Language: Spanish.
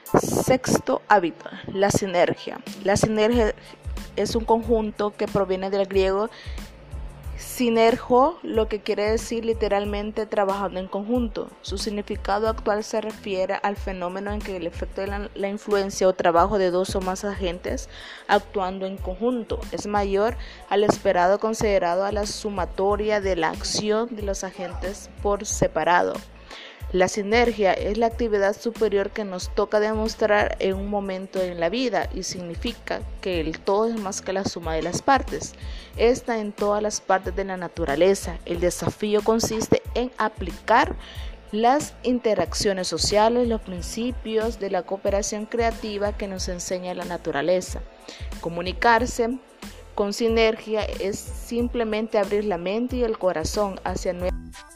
Sexto hábito, la sinergia. La sinergia es un conjunto que proviene del griego sinergo, lo que quiere decir literalmente trabajando en conjunto. Su significado actual se refiere al fenómeno en que el efecto de la influencia o trabajo de dos o más agentes actuando en conjunto es mayor al esperado considerado a la sumatoria de la acción de los agentes por separado. La sinergia es la actividad superior que nos toca demostrar en un momento en la vida y significa que el todo es más que la suma de las partes. Está en todas las partes de la naturaleza. El desafío consiste en aplicar las interacciones sociales, los principios de la cooperación creativa que nos enseña la naturaleza. Comunicarse con sinergia es simplemente abrir la mente y el corazón hacia nuevas